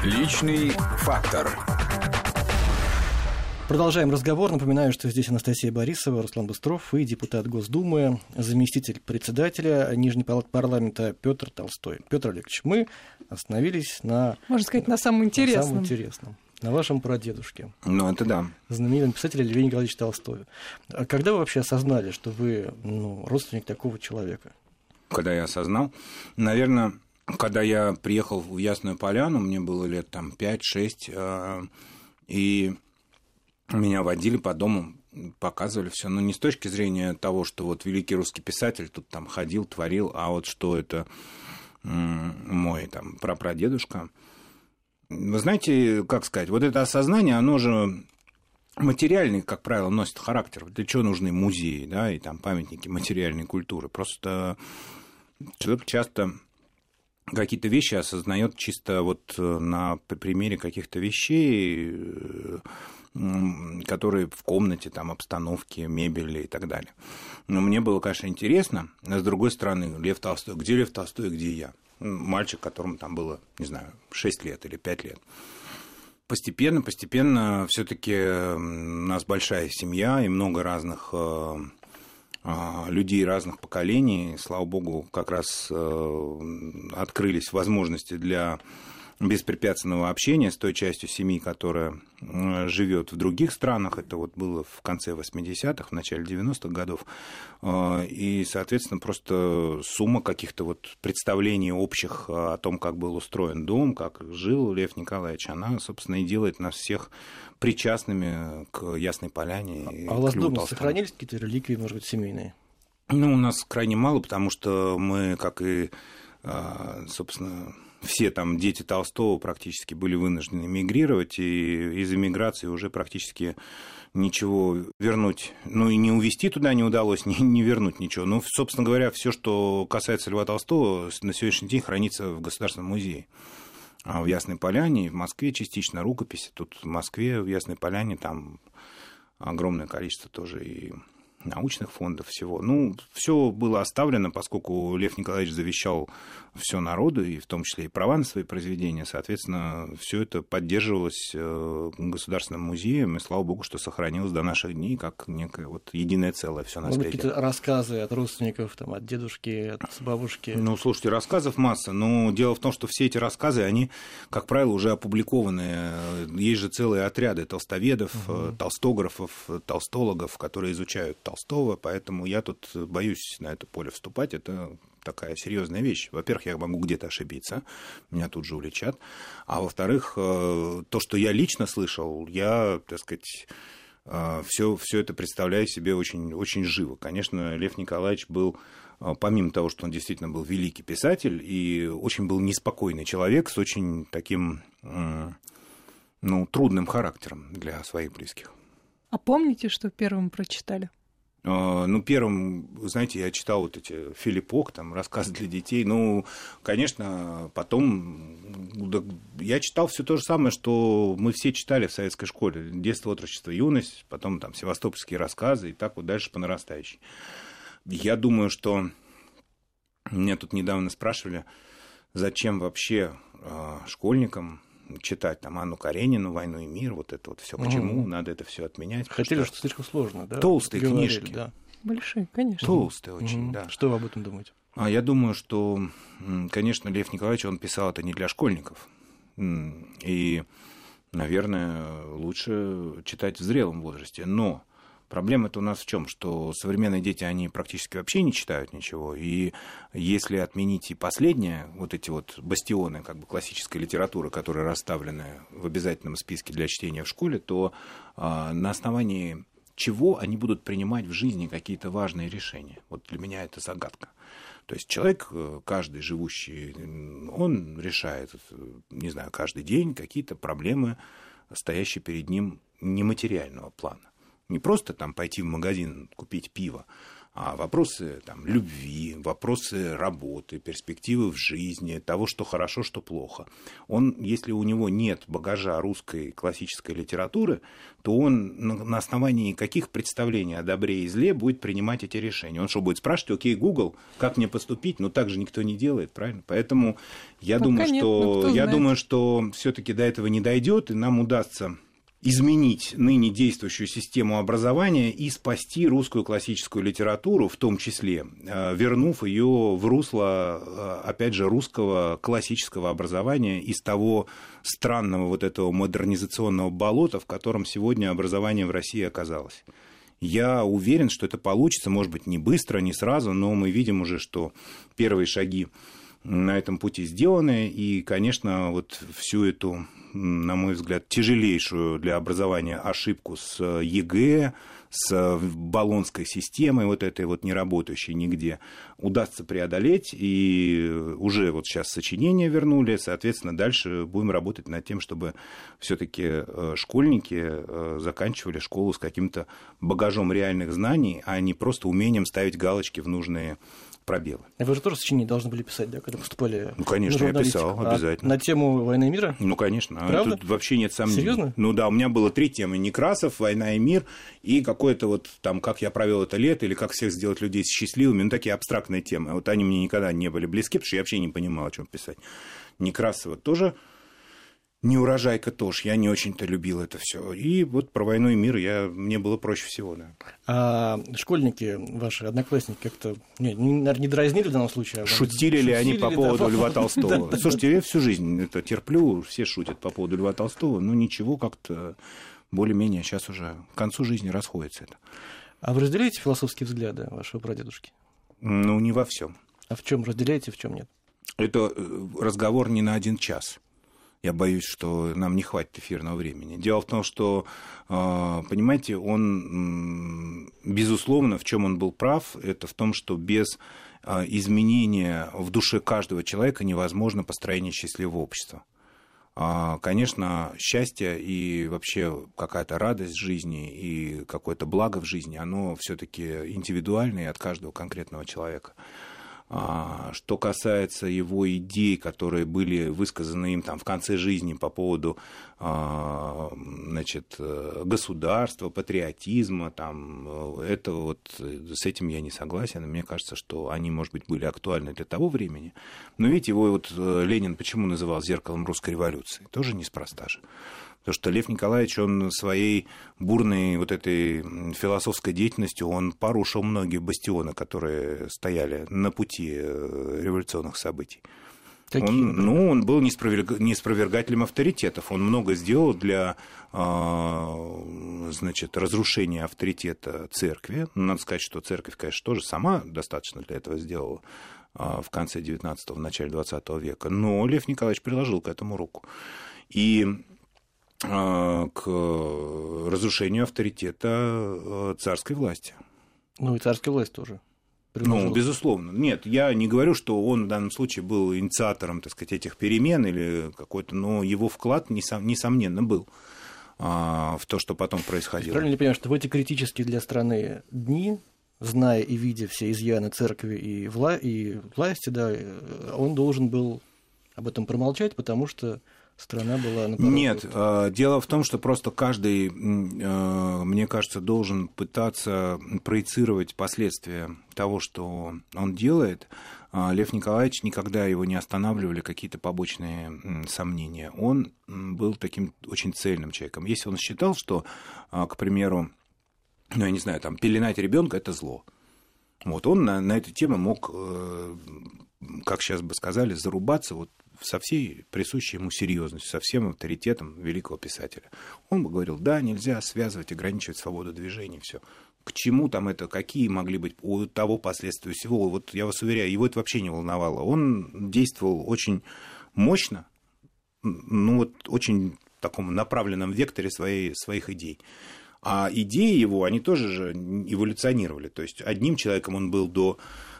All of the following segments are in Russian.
Личный фактор. Продолжаем разговор. Напоминаю, что здесь Анастасия Борисова, Руслан Быстров и депутат Госдумы, заместитель председателя Нижней палаты парламента Петр Толстой. Петр Олегович, мы остановились на... Можно сказать, на самом интересном. На самом интересном. На вашем прадедушке. Ну, это да. Знаменитом писателе Льве Николаевиче Толстое. А когда вы вообще осознали, что вы родственник такого человека? Когда я осознал? Наверное, когда я приехал в Ясную Поляну, мне было лет 5-6, и меня водили по дому, показывали все. Но не с точки зрения того, что вот великий русский писатель тут там ходил, творил, а вот что это мой прапрадедушка. Вы знаете, как сказать, вот это осознание, оно же материальный, как правило, носит характер. Для чего нужны музеи, да, и там памятники материальной культуры? Просто человек часто какие-то вещи осознает чисто вот на примере каких-то вещей, которые в комнате, там, обстановки, мебели и так далее. Но мне было, конечно, интересно. А с другой стороны, Лев Толстой, где Лев Толстой, где я? Мальчик, которому там было, не знаю, 6 лет или 5 лет. Постепенно все-таки у нас большая семья и много разных людей разных поколений. Слава богу, как раз открылись возможности для беспрепятственного общения с той частью семьи, которая живет в других странах. Это вот было в конце 80-х, в начале 90-х годов. И, соответственно, просто сумма каких-то вот представлений общих о том, как был устроен дом, как жил Лев Николаевич, она, собственно, и делает нас всех причастными к Ясной Поляне. А у вас дома сохранились какие-то реликвии, может быть, семейные? Ну, у нас крайне мало, потому что мы, как и, собственно, все там дети Толстого практически были вынуждены эмигрировать, и из эмиграции уже практически ничего вернуть, ну и не увезти туда не удалось, не вернуть ничего. Ну, собственно говоря, все, что касается Льва Толстого, на сегодняшний день хранится в Государственном музее. А в Ясной Поляне, в Москве частично рукописи. Тут в Москве, в Ясной Поляне, там огромное количество тоже и научных фондов всего. Ну, все было оставлено, поскольку Лев Николаевич завещал все народу, и в том числе и права на свои произведения. Соответственно, все это поддерживалось Государственным музеем, и слава богу, что сохранилось до наших дней как некое вот единое целое все наследие. Может быть, какие-то рассказы от родственников, там, от дедушки, от бабушки? Ну, слушайте, рассказов масса, но дело в том, что все эти рассказы, они, как правило, уже опубликованы. Есть же целые отряды толстоведов, толстографов, толстологов, которые изучают Толстого, поэтому я тут боюсь на это поле вступать. Это такая серьезная вещь. Во-первых, я могу где-то ошибиться, меня тут же уличат. А во-вторых, то, что я лично слышал, я, так сказать, все это представляю себе очень, очень живо. Конечно, Лев Николаевич был, помимо того, что он действительно был великий писатель, и очень был неспокойный человек с очень таким, трудным характером для своих близких. А помните, что первым прочитали? Ну, первым, знаете, я читал вот эти Филиппок, там, рассказы для детей. Ну, конечно, потом я читал все то же самое, что мы все читали в советской школе. Детство, отрочество, юность, потом там севастопольские рассказы, и так вот дальше по нарастающей. Я думаю, что меня тут недавно спрашивали, зачем вообще школьникам читать там Анну Каренину, «Войну и мир», вот это вот все. Почему надо это все отменять? Хотели, что слишком сложно, да? Толстые книжки. Да. Большие, конечно. Толстые очень, да. Что вы об этом думаете? Я думаю, что, конечно, Лев Николаевич, он писал это не для школьников. И, наверное, лучше читать в зрелом возрасте. Но проблема-то у нас в чем? Что современные дети, они практически вообще не читают ничего. И если отменить и последнее, вот эти вот бастионы как бы классической литературы, которые расставлены в обязательном списке для чтения в школе, то на основании чего они будут принимать в жизни какие-то важные решения? Вот для меня это загадка. То есть человек, каждый живущий, он решает, не знаю, каждый день какие-то проблемы, стоящие перед ним нематериального плана. Не просто там пойти в магазин, купить пиво, А вопросы там, любви, вопросы работы, перспективы в жизни, того, что хорошо, что плохо. Он, если у него нет багажа русской классической литературы, то он на основании каких представлений о добре и зле будет принимать эти решения? Он что, будет спрашивать: окей, Google, как мне поступить? Но так же никто не делает, правильно? Поэтому я думаю, что все-таки до этого не дойдет, и нам удастся изменить ныне действующую систему образования и спасти русскую классическую литературу, в том числе, вернув ее в русло, опять же, русского классического образования из того странного вот этого модернизационного болота, в котором сегодня образование в России оказалось. Я уверен, что это получится, может быть, не быстро, не сразу, но мы видим уже, что первые шаги на этом пути сделаны, и, конечно, вот всю эту, на мой взгляд, тяжелейшую для образования ошибку с ЕГЭ, с болонской системой, вот этой вот не работающей нигде, удастся преодолеть, и уже вот сейчас сочинения вернули, соответственно, дальше будем работать над тем, чтобы все-таки школьники заканчивали школу с каким-то багажом реальных знаний, а не просто умением ставить галочки в нужные пробелы. Вы же тоже сочинение должны были писать, да, когда поступали? Ну, конечно, я писал, обязательно. На тему «Войны и мира»? Ну, конечно. Правда? Тут вообще нет сомнений. Серьезно? Ну да, у меня было 3 темы: Некрасов, «Война и мир» и какое-то вот там «Как я провел это лето» или «Как всех сделать людей счастливыми». Ну, такие абстрактные темы. Вот они мне никогда не были близки, потому что я вообще не понимал, о чем писать. Некрасова тоже. Неурожайка тоже, я не очень-то любил это все. И вот про «Войну и мир» мне было проще всего, да. А школьники, ваши одноклассники, как-то, наверное, не дразнили в данном случае? Шутили ли они по поводу Льва Толстого? Слушайте, я всю жизнь это терплю, все шутят по поводу Льва Толстого, но ничего, как-то более-менее сейчас уже к концу жизни расходится это. А вы разделяете философские взгляды вашего прадедушки? Ну, не во всем. А в чем разделяете, в чем нет? Это разговор не на 1 час. Я боюсь, что нам не хватит эфирного времени. Дело в том, что, понимаете, он, безусловно, в чем он был прав, это в том, что без изменения в душе каждого человека невозможно построение счастливого общества. Конечно, счастье и вообще какая-то радость в жизни и какое-то благо в жизни, оно все-таки индивидуальное от каждого конкретного человека. Что касается его идей, которые были высказаны им там в конце жизни по поводу, значит, государства, патриотизма, там, это вот, с этим я не согласен. Мне кажется, что они, может быть, были актуальны для того времени. Но видите, его вот Ленин почему называл зеркалом русской революции? Тоже неспроста же. Потому что Лев Николаевич, он своей бурной вот этой философской деятельностью, он порушил многие бастионы, которые стояли на пути революционных событий. Он был неспровергателем авторитетов. Он много сделал для, значит, разрушения авторитета церкви. Надо сказать, что церковь, конечно, тоже сама достаточно для этого сделала в конце 19-го, в начале 20 века. Но Лев Николаевич приложил к этому руку. И к разрушению авторитета царской власти. Ну и царская власть тоже. Ну, безусловно. Нет, я не говорю, что он в данном случае был инициатором, так сказать, этих перемен или какой-то, но его вклад, несомненно, был в то, что потом происходило. Правильно ли понимаю, что в эти критические для страны дни, зная и видя все изъяны церкви и власти, да, он должен был об этом промолчать, потому что страна была на пороге? Нет, дело в том, что просто каждый, мне кажется, должен пытаться проецировать последствия того, что он делает. Лев Николаевич, никогда его не останавливали какие-то побочные сомнения. Он был таким очень цельным человеком. Если он считал, что, к примеру, ну, я не знаю, там, пеленать ребенка это зло. Вот, он на эту тему мог, как сейчас бы сказали, зарубаться вот со всей присущей ему серьезностью, со всем авторитетом великого писателя. Он бы говорил: да, нельзя связывать, ограничивать свободу движения, все. К чему там это, какие могли быть у того последствия всего, вот я вас уверяю, его это вообще не волновало. Он действовал очень мощно, ну вот очень в таком направленном векторе своих идей. А идеи его, они тоже же эволюционировали. То есть одним человеком он был до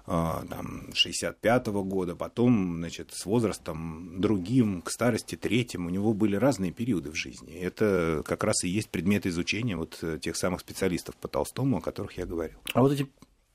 65-го года, потом, значит, с возрастом другим, к старости третьим, у него были разные периоды в жизни. Это как раз и есть предмет изучения вот тех самых специалистов по Толстому, о которых я говорил. А вот эти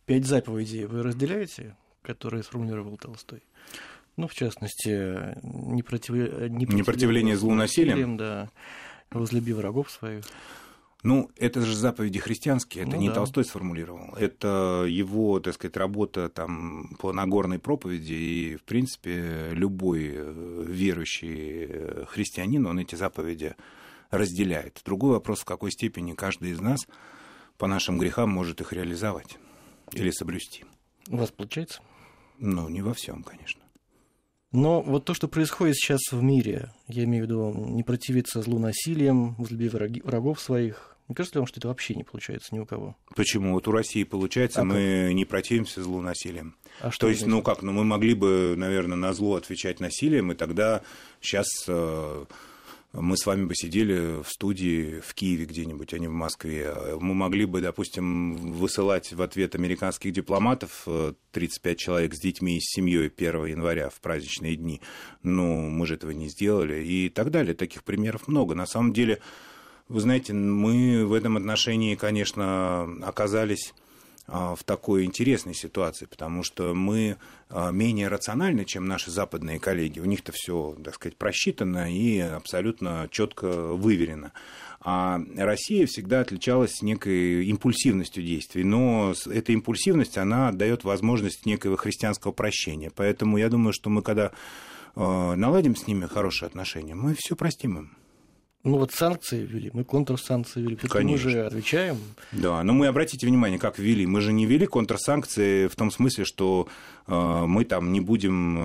5 заповедей вы разделяете, которые сформулировал Толстой? Ну, в частности, непротивление злу насилием, да, возлюби врагов своих. Ну, это же заповеди христианские, это не да. Толстой сформулировал, это его, так сказать, работа там по Нагорной проповеди, и, в принципе, любой верующий христианин, он эти заповеди разделяет. Другой вопрос, в какой степени каждый из нас по нашим грехам может их реализовать или соблюсти. У вас получается? Ну, не во всем, конечно. Но вот то, что происходит сейчас в мире, я имею в виду не противиться злу насилием, возлюби врагов своих, не кажется ли вам, что это вообще не получается ни у кого? Почему? Вот у России получается, мы не противимся злу насилием. А что То есть, ну как, мы могли бы, наверное, на зло отвечать насилием, и тогда сейчас мы с вами бы сидели в студии в Киеве где-нибудь, а не в Москве. Мы могли бы, допустим, высылать в ответ американских дипломатов 35 человек с детьми и с семьей 1 января в праздничные дни. Ну, мы же этого не сделали. И так далее. Таких примеров много. На самом деле, вы знаете, мы в этом отношении, конечно, оказались в такой интересной ситуации, потому что мы менее рациональны, чем наши западные коллеги. У них-то все, так сказать, просчитано и абсолютно четко выверено. А Россия всегда отличалась некой импульсивностью действий, но эта импульсивность, она дает возможность некого христианского прощения. Поэтому я думаю, что мы, когда наладим с ними хорошие отношения, мы все простим им. Ну вот санкции ввели, мы контрсанкции ввели, мы же отвечаем. Да, но мы, обратите внимание, как ввели. Мы же не ввели контрсанкции в том смысле, что мы там не будем,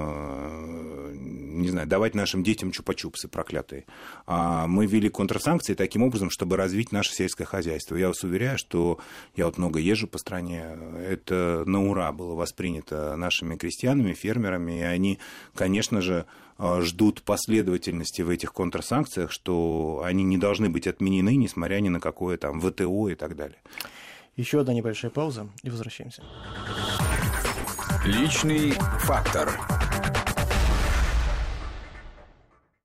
не знаю, давать нашим детям чупа-чупсы проклятые. А мы ввели контрсанкции таким образом, чтобы развить наше сельское хозяйство. Я вас уверяю, что я вот много езжу по стране, это на ура было воспринято нашими крестьянами, фермерами, и они, конечно же, ждут последовательности в этих контрсанкциях, что они не должны быть отменены, несмотря ни на какое там ВТО и так далее. Еще одна небольшая пауза и возвращаемся. Личный фактор.